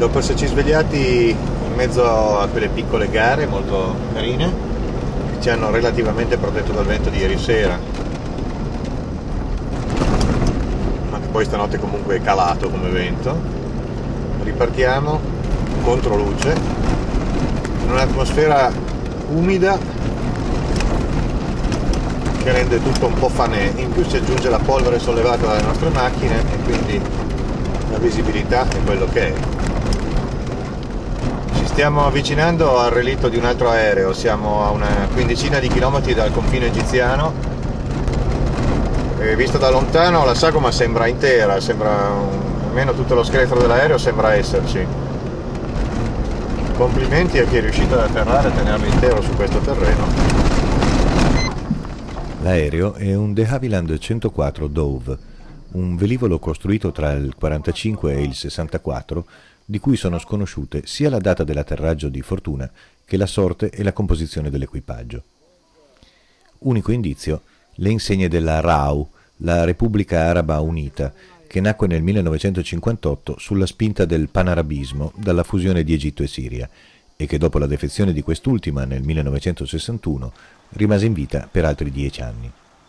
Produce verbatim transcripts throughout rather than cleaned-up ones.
dopo esserci svegliati in mezzo a quelle piccole gare molto carine che ci hanno relativamente protetto dal vento di ieri sera, ma che poi stanotte comunque è calato come vento, ripartiamo contro luce in un'atmosfera umida che rende tutto un po' fanè. In più si aggiunge la polvere sollevata dalle nostre macchine e quindi la visibilità è quello che è. Ci stiamo avvicinando al relitto di un altro aereo, siamo a una quindicina di chilometri dal confine egiziano e visto da lontano la sagoma sembra intera, sembra un, almeno tutto lo scheletro dell'aereo sembra esserci. Complimenti a chi è riuscito ad atterrare e tenerlo intero su questo terreno. L'aereo è un de Havilland centoquattro Dove, un velivolo costruito tra il quarantacinque e il sessantaquattro, di cui sono sconosciute sia la data dell'atterraggio di fortuna che la sorte e la composizione dell'equipaggio. Unico indizio, le insegne della R A U, la Repubblica Araba Unita, che nacque nel millenovecentocinquantotto sulla spinta del panarabismo dalla fusione di Egitto e Siria e che dopo la defezione di quest'ultima nel millenovecentosessantuno rimase in vita per altri dieci anni.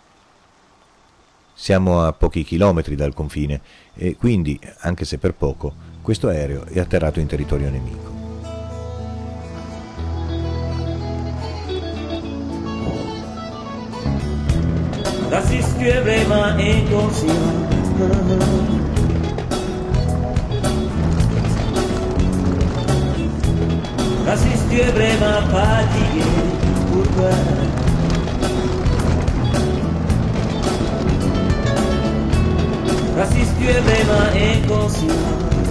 Siamo a pochi chilometri dal confine e quindi, anche se per poco, questo aereo è atterrato in territorio nemico. Raciste, tu es vraiment inconscient. Raciste, tu es vraiment fatigué. Pourquoi? Raciste, tu es vraiment inconscient.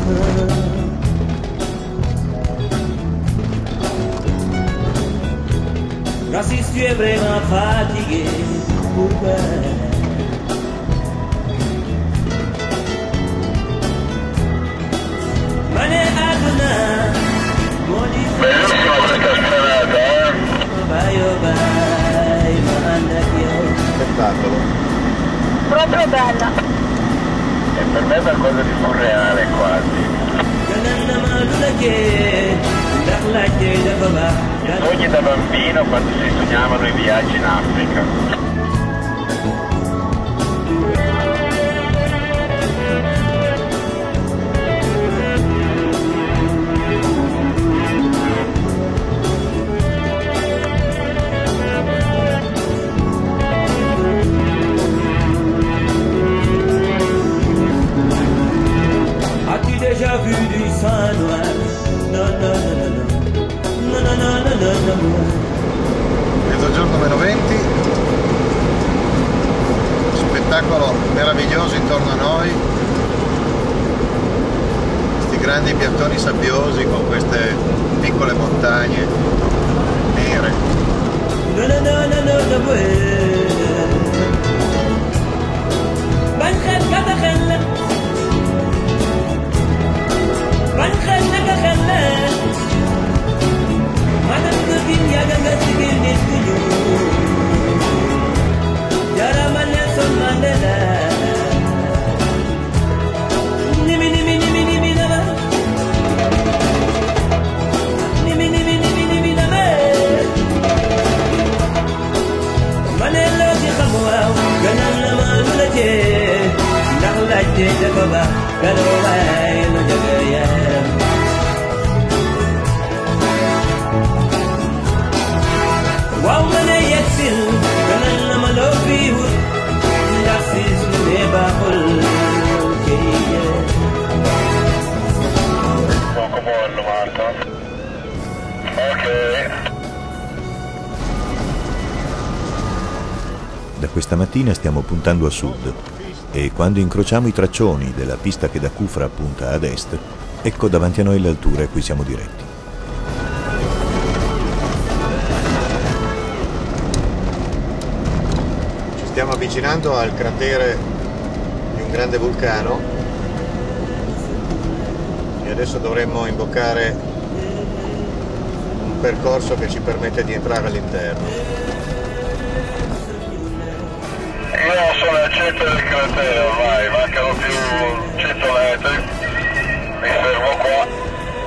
Raciste, tu es vraiment fatigué. Pourquoi? Mane aduna, moni vai oh vai, ma anda io. Spettacolo. Proprio bella. E per me è qualcosa di surreale quasi. I sogni da bambino quando si sognavano i viaggi in Africa. As-tu déjà vu du sang noir? Non, non, non, non, non, non, non, non, non, non, non. Mezzogiorno meno venti, spettacolo meraviglioso intorno a noi, questi grandi piattoni sabbiosi con queste piccole montagne nere. No, no, no, no, no, no, Bankhel kada khella Bankhel naga khella Manan gudin yaga ngasigil niskuyu Yara Nelson Mandela Nimi nimi nimi nimi nama Nimi nimi nimi nimi nama Manelo di khamwa ganan lama lulaje Nakhlaje jagoba galoway no jagaya Wow mane yaksil ganan lama lofihu Yaksis nebahul kiye Poco mollo Marco. Ok. Da questa mattina stiamo puntando a sud e quando incrociamo i traccioni della pista che da Kufra punta ad est, ecco davanti a noi l'altura a cui siamo diretti. Ci stiamo avvicinando al cratere di un grande vulcano e adesso dovremmo imboccare un percorso che ci permette di entrare all'interno. Io sono al centro del cratere ormai, mancano più cento metri, mi fermo qua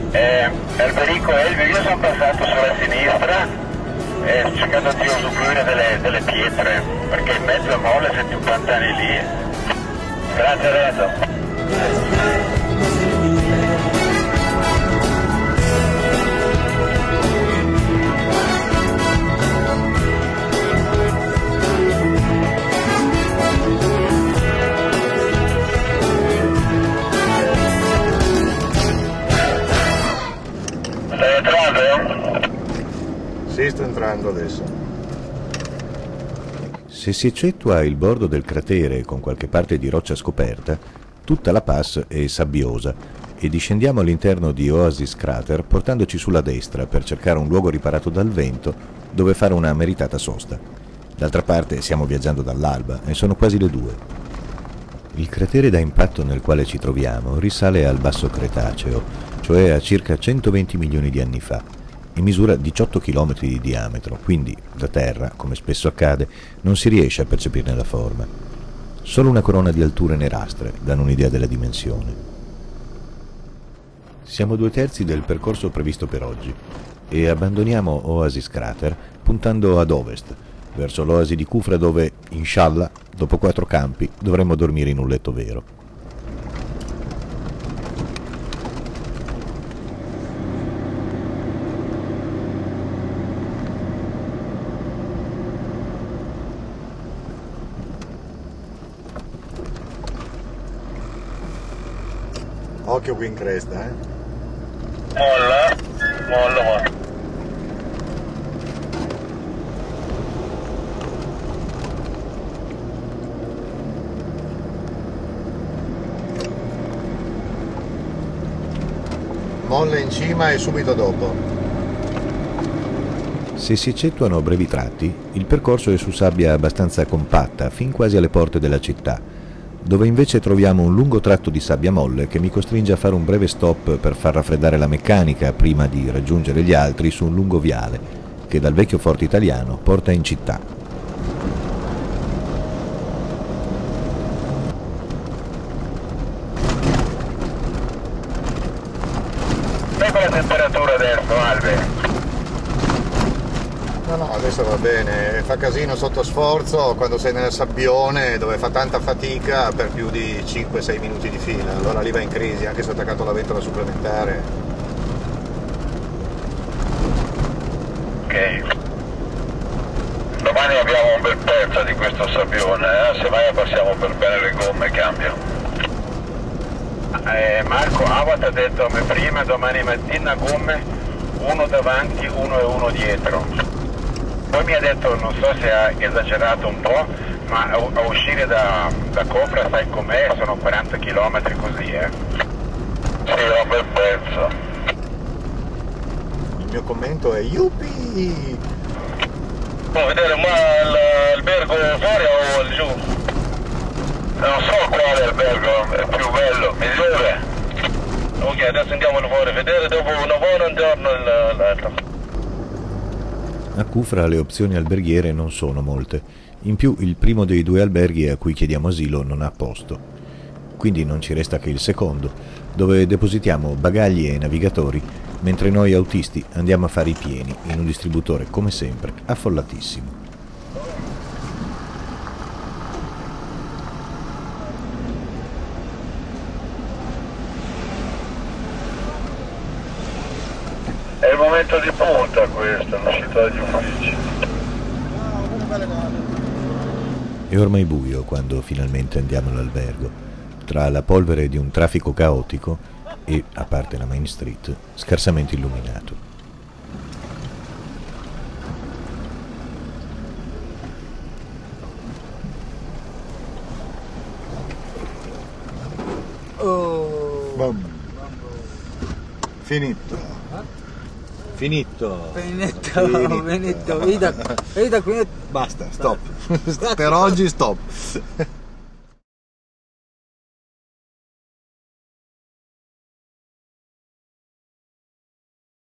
Eh, Alberico e Elvio, io sono passato sulla sinistra e cercando di usufruire delle, delle pietre, perché in mezzo a molle sei cinquanta anni lì. Grazie Renato. Stai entrando? Sì, sto entrando adesso. Se si eccettua il bordo del cratere con qualche parte di roccia scoperta, tutta la pass è sabbiosa e discendiamo all'interno di Oasis Crater portandoci sulla destra per cercare un luogo riparato dal vento dove fare una meritata sosta. D'altra parte stiamo viaggiando dall'alba e sono quasi le due. Il cratere da impatto nel quale ci troviamo risale al basso Cretaceo, cioè a circa centoventi milioni di anni fa, e misura diciotto chilometri di diametro, quindi da terra, come spesso accade, non si riesce a percepirne la forma. Solo una corona di alture nerastre danno un'idea della dimensione. Siamo a due terzi del percorso previsto per oggi e abbandoniamo Oasis Crater puntando ad ovest, verso l'oasi di Kufra dove, inshallah, dopo quattro campi, dovremmo dormire in un letto vero. Occhio qui in cresta, eh. Molla, molla, molla. Molle in cima e subito dopo. Se si eccettuano brevi tratti, il percorso è su sabbia abbastanza compatta, fin quasi alle porte della città, dove invece troviamo un lungo tratto di sabbia molle che mi costringe a fare un breve stop per far raffreddare la meccanica prima di raggiungere gli altri su un lungo viale che dal vecchio forte italiano porta in città. Ecco la temperatura adesso, Albe. No, no, adesso va bene. Fa casino sotto sforzo quando sei nel sabbione dove fa tanta fatica per più di cinque sei minuti di fila. Allora lì va in crisi, anche se ho attaccato la ventola supplementare. Ok. Domani abbiamo un bel pezzo di questo sabbione, eh? Se mai passiamo per bene le gomme cambia. Eh, Marco, Ava ti ha detto a me prima, domani mattina gomme, uno davanti, uno e uno dietro. Poi mi ha detto, non so se ha esagerato un po', ma a, a uscire da, da Copra, sai com'è, sono quaranta chilometri così, eh? Sì, è un bel pezzo. Il mio commento è yuppie! Può vedere ma l'albergo fuori o giù? Non so quale albergo è più bello, migliore. Ok, adesso andiamo fuori a vedere, dopo una buona giorno l'altro. A Kufra le opzioni alberghiere non sono molte, in più il primo dei due alberghi a cui chiediamo asilo non ha posto, quindi non ci resta che il secondo, dove depositiamo bagagli e navigatori, mentre noi autisti andiamo a fare i pieni in un distributore come sempre affollatissimo. È il momento di punta questo, l'uscita dagli uffici. È ormai buio quando finalmente andiamo all'albergo, tra la polvere di un traffico caotico e, a parte la Main Street, scarsamente illuminato. Oh. Bam. Finito. Finito. Finito, finito. Vedi da, vedi da qui. Basta, stop. Per oggi stop.